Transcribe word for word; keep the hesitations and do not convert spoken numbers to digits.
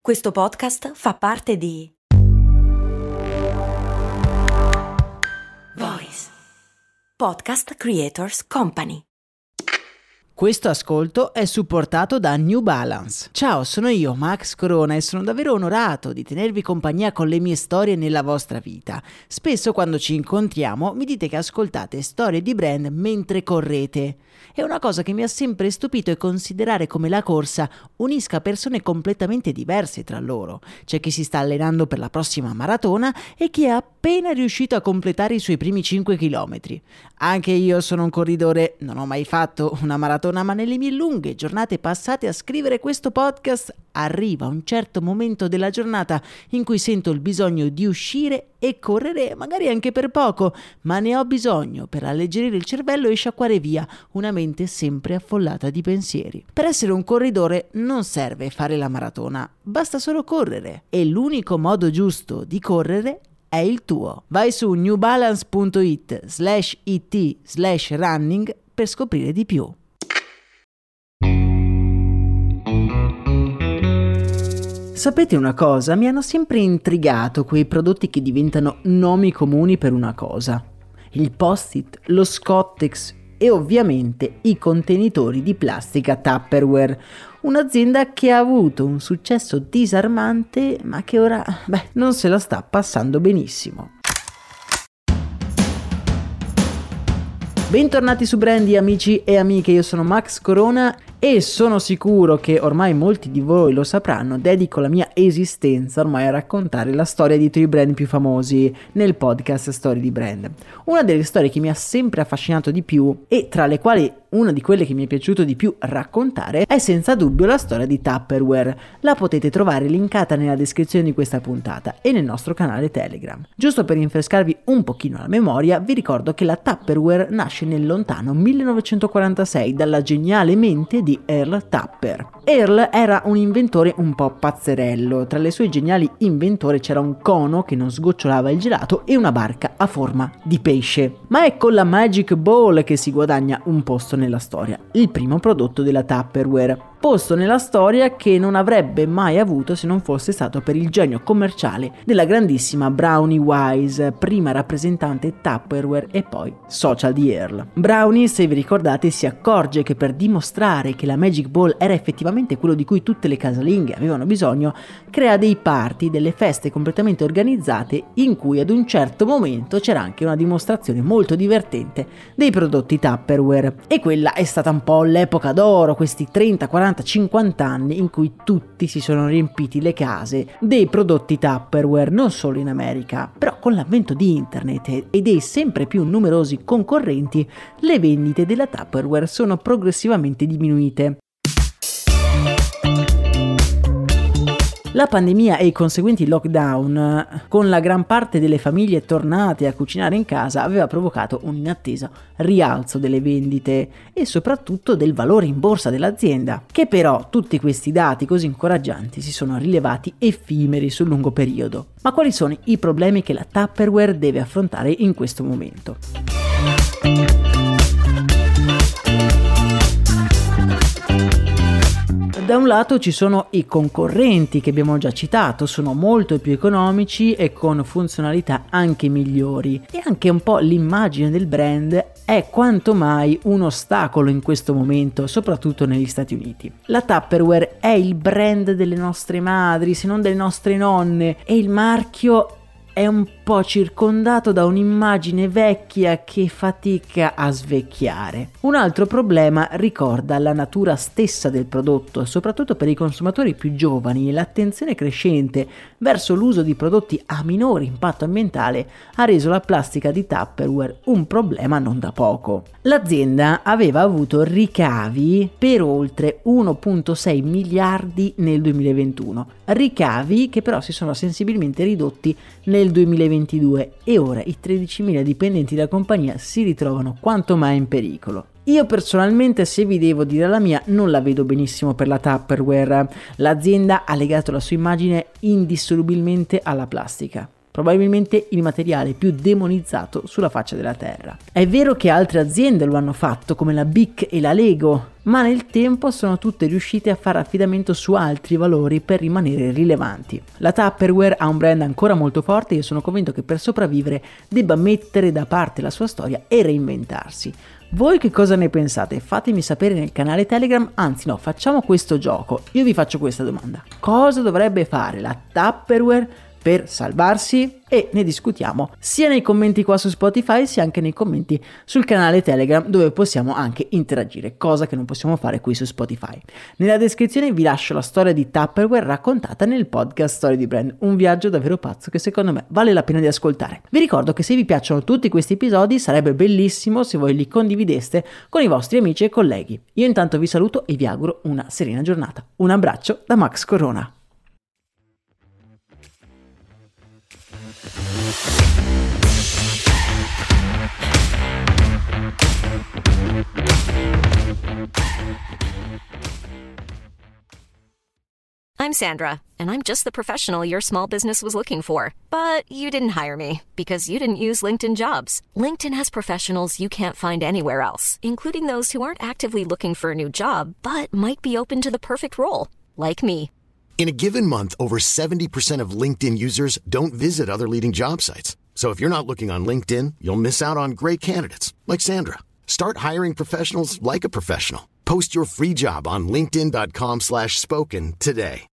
Questo podcast fa parte di Voice Podcast Creators Company. Questo ascolto è supportato da New Balance. Ciao, sono io, Max Corona, e sono davvero onorato di tenervi compagnia con le mie storie nella vostra vita. Spesso quando ci incontriamo mi dite che ascoltate storie di brand mentre correte. E una cosa che mi ha sempre stupito è considerare come la corsa unisca persone completamente diverse tra loro. C'è chi si sta allenando per la prossima maratona e chi è appena riuscito a completare i suoi primi cinque chilometri. Anche io sono un corridore, non ho mai fatto una maratona, ma nelle mie lunghe giornate passate a scrivere questo podcast arriva un certo momento della giornata in cui sento il bisogno di uscire e correre, magari anche per poco, ma ne ho bisogno per alleggerire il cervello e sciacquare via una mente sempre affollata di pensieri. Per essere un corridore non serve fare la maratona, basta solo correre, e l'unico modo giusto di correre è il tuo. Vai su newbalance.it slash it slash running per scoprire di più. Sapete una cosa? Mi hanno sempre intrigato quei prodotti che diventano nomi comuni per una cosa. Il Post-it, lo Scottex e ovviamente i contenitori di plastica Tupperware. Un'azienda che ha avuto un successo disarmante, ma che ora, beh, non se la sta passando benissimo. Bentornati su Brandy, amici e amiche, io sono Max Corona e sono sicuro che ormai molti di voi lo sapranno, dedico la mia esistenza ormai a raccontare la storia di tutti i brand più famosi nel podcast Storie di Brand. Una delle storie che mi ha sempre affascinato di più e tra le quali una di quelle che mi è piaciuto di più raccontare è senza dubbio la storia di Tupperware. La potete trovare linkata nella descrizione di questa puntata e nel nostro canale Telegram. Giusto per rinfrescarvi un pochino la memoria, vi ricordo che la Tupperware nasce nel lontano millenovecentoquarantasei dalla geniale mente di Earl Tupper. Earl era un inventore un po' pazzerello. Tra le sue geniali inventori c'era un cono che non sgocciolava il gelato e una barca a forma di pesce. Ma è con la Magic Ball che si guadagna un posto nella storia, il primo prodotto della Tupperware. Posto nella storia che non avrebbe mai avuto se non fosse stato per il genio commerciale della grandissima Brownie Wise, prima rappresentante Tupperware e poi social di Earl. Brownie, se vi ricordate, si accorge che per dimostrare che la Magic Ball era effettivamente quello di cui tutte le casalinghe avevano bisogno, crea dei party, delle feste completamente organizzate in cui ad un certo momento c'era anche una dimostrazione molto divertente dei prodotti Tupperware. E quella è stata un po' l'epoca d'oro, questi trenta, quaranta, cinquanta anni in cui tutti si sono riempiti le case dei prodotti Tupperware, non solo in America. Però con l'avvento di internet e dei sempre più numerosi concorrenti, le vendite della Tupperware sono progressivamente diminuite. La pandemia e i conseguenti lockdown, con la gran parte delle famiglie tornate a cucinare in casa, aveva provocato un inatteso rialzo delle vendite e soprattutto del valore in borsa dell'azienda, che però tutti questi dati così incoraggianti si sono rilevati effimeri sul lungo periodo. Ma quali sono i problemi che la Tupperware deve affrontare in questo momento? Da un lato ci sono i concorrenti che abbiamo già citato, sono molto più economici e con funzionalità anche migliori, e anche un po' l'immagine del brand è quanto mai un ostacolo in questo momento, soprattutto negli Stati Uniti. La Tupperware è il brand delle nostre madri, se non delle nostre nonne, e il marchio è un po' circondato da un'immagine vecchia che fatica a svecchiare. Un altro problema ricorda la natura stessa del prodotto, soprattutto per i consumatori più giovani. L'attenzione crescente verso l'uso di prodotti a minore impatto ambientale ha reso la plastica di Tupperware un problema non da poco. L'azienda aveva avuto ricavi per oltre uno virgola sei miliardi nel duemilaventuno, ricavi che però si sono sensibilmente ridotti nel duemilaventidue e ora i tredicimila dipendenti della compagnia si ritrovano quanto mai in pericolo. Io personalmente, se vi devo dire la mia, non la vedo benissimo per la Tupperware. L'azienda ha legato la sua immagine indissolubilmente alla plastica. probabilmente il materiale più demonizzato sulla faccia della terra. È vero che altre aziende lo hanno fatto, come la Bic e la Lego, ma nel tempo sono tutte riuscite a fare affidamento su altri valori per rimanere rilevanti. La Tupperware ha un brand ancora molto forte e io sono convinto che per sopravvivere debba mettere da parte la sua storia e reinventarsi. Voi che cosa ne pensate? Fatemi sapere nel canale Telegram, anzi no, facciamo questo gioco. Io vi faccio questa domanda: cosa dovrebbe fare la Tupperware per salvarsi? E ne discutiamo sia nei commenti qua su Spotify sia anche nei commenti sul canale Telegram, dove possiamo anche interagire, cosa che non possiamo fare qui su Spotify. Nella descrizione vi lascio la storia di Tupperware raccontata nel podcast Storie di Brand, un viaggio davvero pazzo che secondo me vale la pena di ascoltare. Vi ricordo che se vi piacciono tutti questi episodi sarebbe bellissimo se voi li condivideste con i vostri amici e colleghi. Io intanto vi saluto e vi auguro una serena giornata. Un abbraccio da Max Corona. I'm Sandra, and I'm just the professional your small business was looking for. But you didn't hire me because you didn't use LinkedIn Jobs. LinkedIn has professionals you can't find anywhere else, including those who aren't actively looking for a new job, but might be open to the perfect role, like me. In a given month, over seventy percent of LinkedIn users don't visit other leading job sites. So if you're not looking on LinkedIn, you'll miss out on great candidates like Sandra. Start hiring professionals like a professional. Post your free job on linkedin dot com slash spoken today.